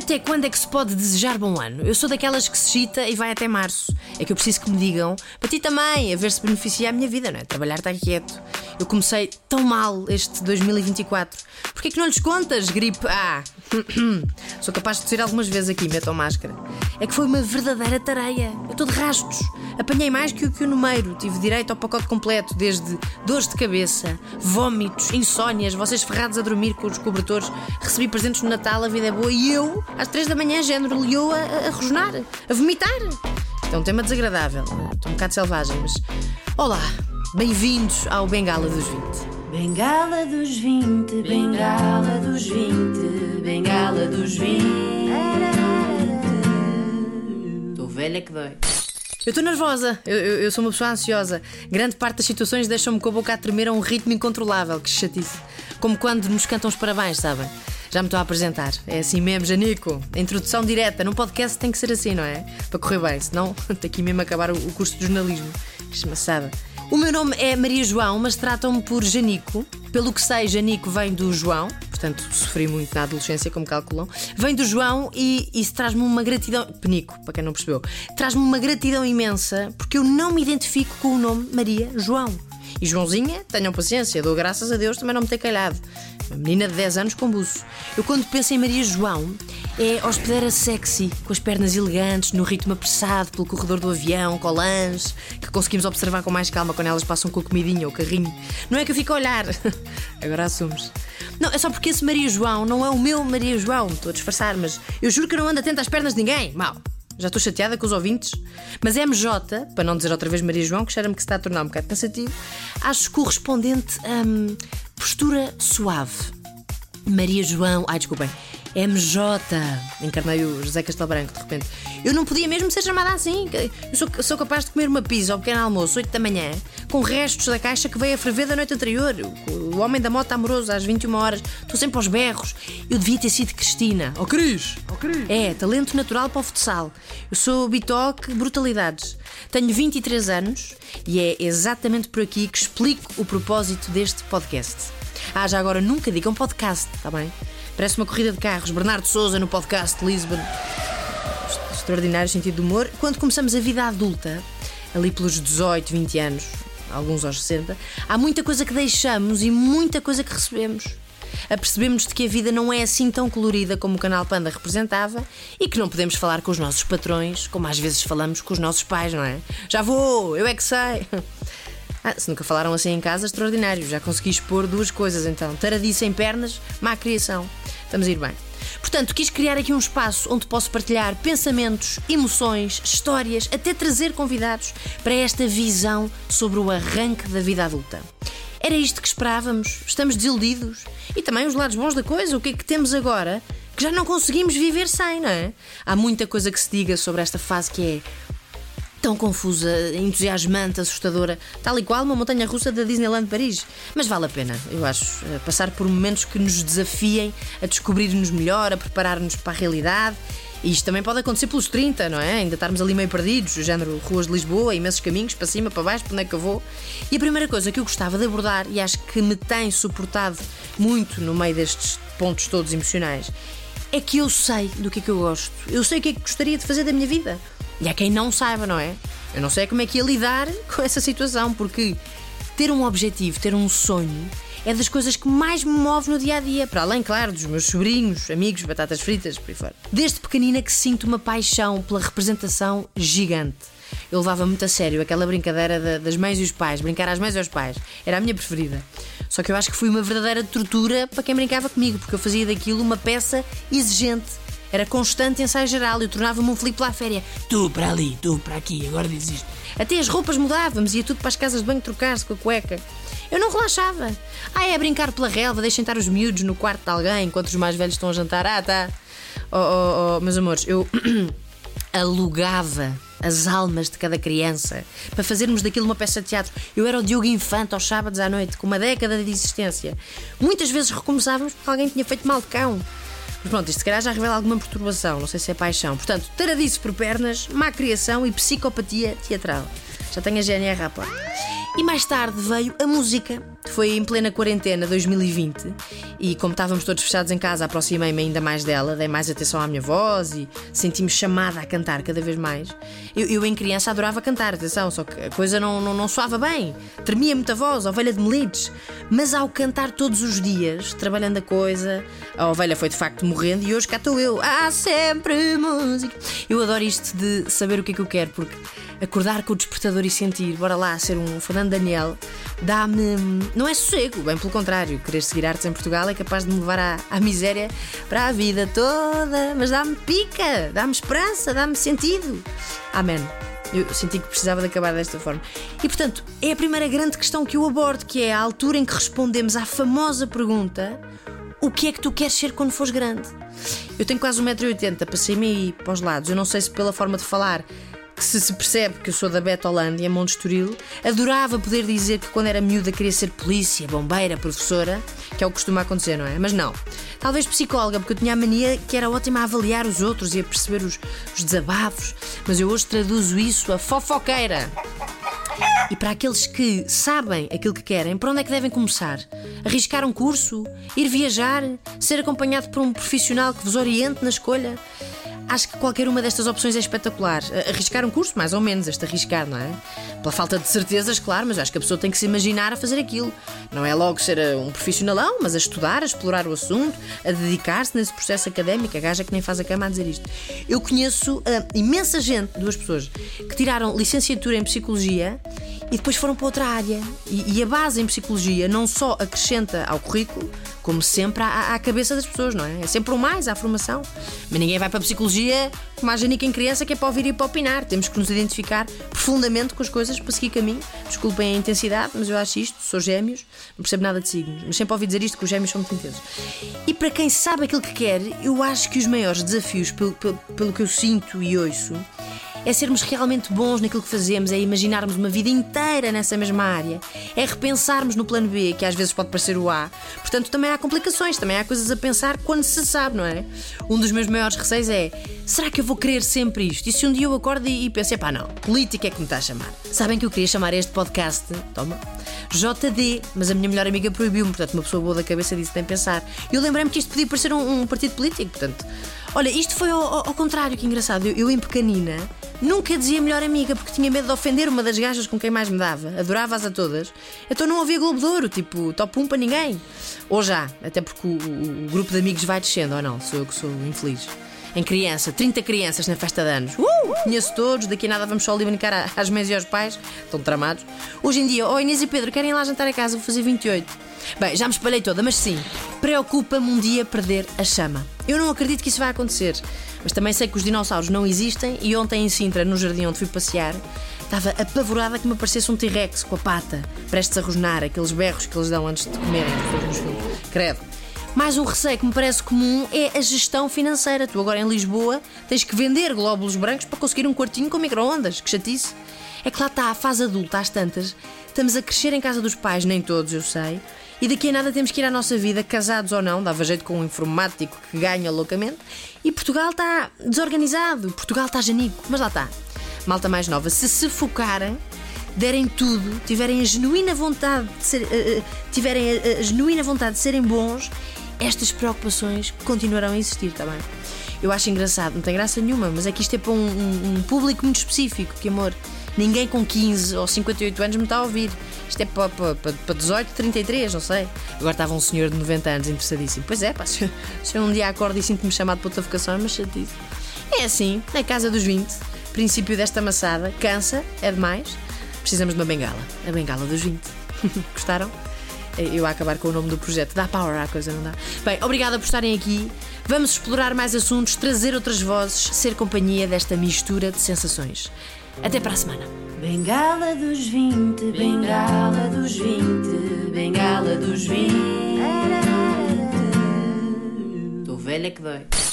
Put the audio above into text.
Até quando é que se pode desejar bom ano? Eu sou daquelas que se cita e vai até março. É que eu preciso que me digam, para ti também, a ver se beneficia a minha vida, não é? Trabalhar está quieto. Eu comecei tão mal este 2024. Porquê que não lhes contas, gripe? Sou capaz de tossir algumas vezes aqui, metam máscara. É que foi uma verdadeira tareia. Eu estou de rastos. Apanhei mais que o número. Tive direito ao pacote completo, desde dores de cabeça, vómitos, insónias, vocês ferrados a dormir com os cobertores. Recebi presentes no Natal, a vida é boa. E eu, às 3 da manhã, género leoa, a rosnar, a vomitar. É um tema desagradável. Estou um bocado selvagem, mas... Olá, bem-vindos ao Bengala dos 20. Bengala dos 20, Bengala dos 20, Bengala dos 20. Estou velha que dói. Eu estou nervosa, eu sou uma pessoa ansiosa. Grande parte das situações deixam-me com a boca a tremer a um ritmo incontrolável. Que chatice. Como quando nos cantam os parabéns, sabem? Já me estou a apresentar. É assim mesmo, Janico. A introdução direta. Num podcast tem que ser assim, não é? Para correr bem, senão tem que mesmo acabar o curso de jornalismo. Esmaçada. O meu nome é Maria João, mas tratam-me por Janico. Pelo que sei, Janico vem do João. Portanto, sofri muito na adolescência, como calculam. Vem do João e isso traz-me uma gratidão... Penico, para quem não percebeu. Traz-me uma gratidão imensa, porque eu não me identifico com o nome Maria João. E Joãozinha, tenham paciência, dou graças a Deus também não me ter calhado. Uma menina de 10 anos com buço. Eu quando penso em Maria João, é hospedeira sexy, com as pernas elegantes, no ritmo apressado pelo corredor do avião, com lanche, que conseguimos observar com mais calma quando elas passam com a comidinha ou o carrinho. Não é que eu fico a olhar. Agora assumes. Não, é só porque esse Maria João não é o meu Maria João. Estou a disfarçar, mas eu juro que eu não ando atento às pernas de ninguém. Mal. Já estou chateada com os ouvintes. Mas MJ, para não dizer outra vez Maria João, que cheira-me que se está a tornar um bocado cansativo, acho correspondente a postura suave. Maria João, desculpem, MJ. Encarnei o José Castelo Branco de repente. Eu não podia mesmo ser chamada assim. Eu sou capaz de comer uma pizza ao pequeno almoço, 8 da manhã, com restos da caixa que veio a ferver da noite anterior. O homem da moto amoroso às 21 horas. Estou sempre aos berros. Eu devia ter sido Cristina. Cris. É, talento natural para o futsal. Eu sou bitoque, brutalidades. Tenho 23 anos e é exatamente por aqui que explico o propósito deste podcast. Já agora nunca digam podcast, está bem? Parece uma corrida de carros. Bernardo Sousa no podcast Lisbon. Extraordinário sentido de humor. Quando começamos a vida adulta, ali pelos 18, 20 anos, alguns aos 60, há muita coisa que deixamos e muita coisa que recebemos. Apercebemos-nos de que a vida não é assim tão colorida como o Canal Panda representava e que não podemos falar com os nossos patrões como às vezes falamos com os nossos pais, não é? Já vou, eu é que sei. Se nunca falaram assim em casa, extraordinário. Já consegui expor duas coisas então. Taradice em pernas, má criação. Estamos a ir bem. Portanto, quis criar aqui um espaço onde posso partilhar pensamentos, emoções, histórias, até trazer convidados para esta visão sobre o arranque da vida adulta. Era isto que esperávamos? Estamos desiludidos? E também os lados bons da coisa, o que é que temos agora que já não conseguimos viver sem, não é? Há muita coisa que se diga sobre esta fase que é tão confusa, entusiasmante, assustadora, tal e qual uma montanha-russa da Disneyland Paris. Mas vale a pena, eu acho, passar por momentos que nos desafiem a descobrir-nos melhor, a preparar-nos para a realidade. E isto também pode acontecer pelos 30, não é? Ainda estarmos ali meio perdidos, género ruas de Lisboa, imensos caminhos, para cima, para baixo, para onde é que eu vou? E a primeira coisa que eu gostava de abordar, e acho que me tem suportado muito no meio destes pontos todos emocionais, é que eu sei do que é que eu gosto. Eu sei o que é que gostaria de fazer da minha vida. E há quem não saiba, não é? Eu não sei como é que ia lidar com essa situação, porque ter um objetivo, ter um sonho, é das coisas que mais me move no dia-a-dia. Para além, claro, dos meus sobrinhos, amigos, batatas fritas, por aí fora. Desde pequenina que sinto uma paixão pela representação gigante. Eu levava muito a sério aquela brincadeira das mães e os pais, brincar às mães e aos pais. Era a minha preferida. Só que eu acho que foi uma verdadeira tortura para quem brincava comigo, porque eu fazia daquilo uma peça exigente. Era constante ensaio geral, eu tornava-me um Filipe Laféria. Tu para ali, tu para aqui, agora dizes isto. Até as roupas mudávamos, ia tudo para as casas de banho trocar-se com a cueca. Eu não relaxava. É brincar pela relva, deixem estar os miúdos no quarto de alguém enquanto os mais velhos estão a jantar. Tá. Meus amores, eu alugava as almas de cada criança para fazermos daquilo uma peça de teatro. Eu era o Diogo Infante aos sábados à noite, com uma década de existência. Muitas vezes recomeçávamos porque alguém tinha feito mal de cão. Mas pronto, isto se calhar já revela alguma perturbação, não sei se é paixão. Portanto, taradice por pernas, má criação e psicopatia teatral. Já tenho a GNR à porta. E mais tarde veio a música. Foi em plena quarentena 2020 e como estávamos todos fechados em casa, aproximei-me ainda mais dela, dei mais atenção à minha voz e senti-me chamada a cantar cada vez mais. Eu em criança adorava cantar, atenção, só que a coisa não soava bem, tremia muita voz, a ovelha de Melides. Mas ao cantar todos os dias, trabalhando a coisa, a ovelha foi de facto morrendo e hoje cá estou eu. Há sempre música. Eu adoro isto de saber o que é que eu quero, porque acordar com o despertador e sentir, bora lá, ser um Fernando Daniel, dá-me... Não é sossego, bem pelo contrário. Querer seguir artes em Portugal é capaz de me levar à miséria para a vida toda. Mas dá-me pica, dá-me esperança, dá-me sentido. Amém. Eu senti que precisava de acabar desta forma. E portanto, é a primeira grande questão que eu abordo, que é a altura em que respondemos à famosa pergunta: o que é que tu queres ser quando fores grande? Eu tenho quase 1,80 m, passei-me aí para os lados. Eu não sei se pela forma de falar que se percebe que eu sou da Betolândia, Monte Estoril. Adorava poder dizer que quando era miúda queria ser polícia, bombeira, professora, que é o que costuma acontecer, não é? Mas não. Talvez psicóloga, porque eu tinha a mania que era ótima a avaliar os outros e a perceber os desabafos. Mas eu hoje traduzo isso a fofoqueira. E para aqueles que sabem aquilo que querem, por onde é que devem começar? Arriscar um curso? Ir viajar? Ser acompanhado por um profissional que vos oriente na escolha? Acho que qualquer uma destas opções é espetacular. Arriscar um curso, mais ou menos, este arriscar, não é? Pela falta de certezas, claro, mas acho que a pessoa tem que se imaginar a fazer aquilo. Não é logo ser um profissionalão, mas a estudar, a explorar o assunto, a dedicar-se nesse processo académico. A gaja que nem faz a cama a dizer isto. Eu conheço imensa gente, 2 pessoas, que tiraram licenciatura em Psicologia e depois foram para outra área. E a base em Psicologia não só acrescenta ao currículo, como sempre à cabeça das pessoas, não é? É sempre um mais à formação. Mas ninguém vai para a Psicologia como a Janica em criança, que é para ouvir e para opinar. Temos que nos identificar profundamente com as coisas para seguir caminho. Desculpem a intensidade, mas eu acho isto. Sou Gêmeos, não percebo nada de signos, mas sempre ouvi dizer isto, que os Gêmeos são muito intensos. E para quem sabe aquilo que quer, eu acho que os maiores desafios, pelo que eu sinto e ouço, é sermos realmente bons naquilo que fazemos, é imaginarmos uma vida inteira nessa mesma área, é repensarmos no plano B, que às vezes pode parecer o A. Portanto, também há complicações, também há coisas a pensar quando se sabe, não é? Um dos meus maiores receios é: será que eu vou querer sempre isto? E se um dia eu acordo e penso, pá, não, política é que me está a chamar. Sabem que eu queria chamar este podcast, toma, JD, mas a minha melhor amiga proibiu-me, portanto uma pessoa boa da cabeça disse: tem de pensar. E eu lembrei-me que isto podia parecer um partido político, portanto... Olha, isto foi ao contrário, que engraçado. Eu em pequenina nunca dizia melhor amiga, porque tinha medo de ofender uma das gajas com quem mais me dava. Adorava-as a todas. Então não havia Globo de Ouro, tipo, top 1 para ninguém. Ou já, até porque o grupo de amigos vai descendo, ou não? Sou eu que sou infeliz. Em criança, 30 crianças na festa de anos. Conheço todos, daqui a nada vamos só ali brincar às mães e aos pais. Estão tramados. Hoje em dia, Inês e Pedro, querem ir lá jantar a casa? Vou fazer 28. Bem, já me espalhei toda, mas sim, preocupa-me um dia perder a chama. Eu não acredito que isso vai acontecer, mas também sei que os dinossauros não existem. E ontem em Sintra, no jardim onde fui passear, estava apavorada que me aparecesse um T-Rex com a pata, prestes a rosnar, aqueles berros que eles dão antes de comerem. Credo. Mais um receio que me parece comum é a gestão financeira. Tu agora em Lisboa tens que vender glóbulos brancos para conseguir um quartinho com micro-ondas. Que chatice. É que lá está a fase adulta, às tantas. Estamos a crescer em casa dos pais, nem todos, eu sei. E daqui a nada temos que ir à nossa vida, casados ou não. Dava jeito com um informático que ganha loucamente. E Portugal está desorganizado. Portugal está janico. Mas lá está. Malta mais nova, se focarem, derem tudo, tiverem a genuína vontade de serem bons, estas preocupações continuarão a existir, está bem? Eu acho engraçado, não tem graça nenhuma, mas é que isto é para um público muito específico, que amor, ninguém com 15 ou 58 anos me está a ouvir. Isto é para 18, 33, não sei. Agora estava um senhor de 90 anos interessadíssimo. Pois é, pá, se eu um dia acordo e sinto-me chamado para outra vocação, mas chatice. É assim, na casa dos 20, princípio desta maçada, cansa, é demais. Precisamos de uma bengala, a bengala dos 20. Gostaram? Eu a acabar com o nome do projeto. Dá power à coisa, não dá? Bem, obrigada por estarem aqui. Vamos explorar mais assuntos, trazer outras vozes, ser companhia desta mistura de sensações. Até para a semana. Bengala dos 20, bengala dos 20, bengala dos 20. Estou velha que dói.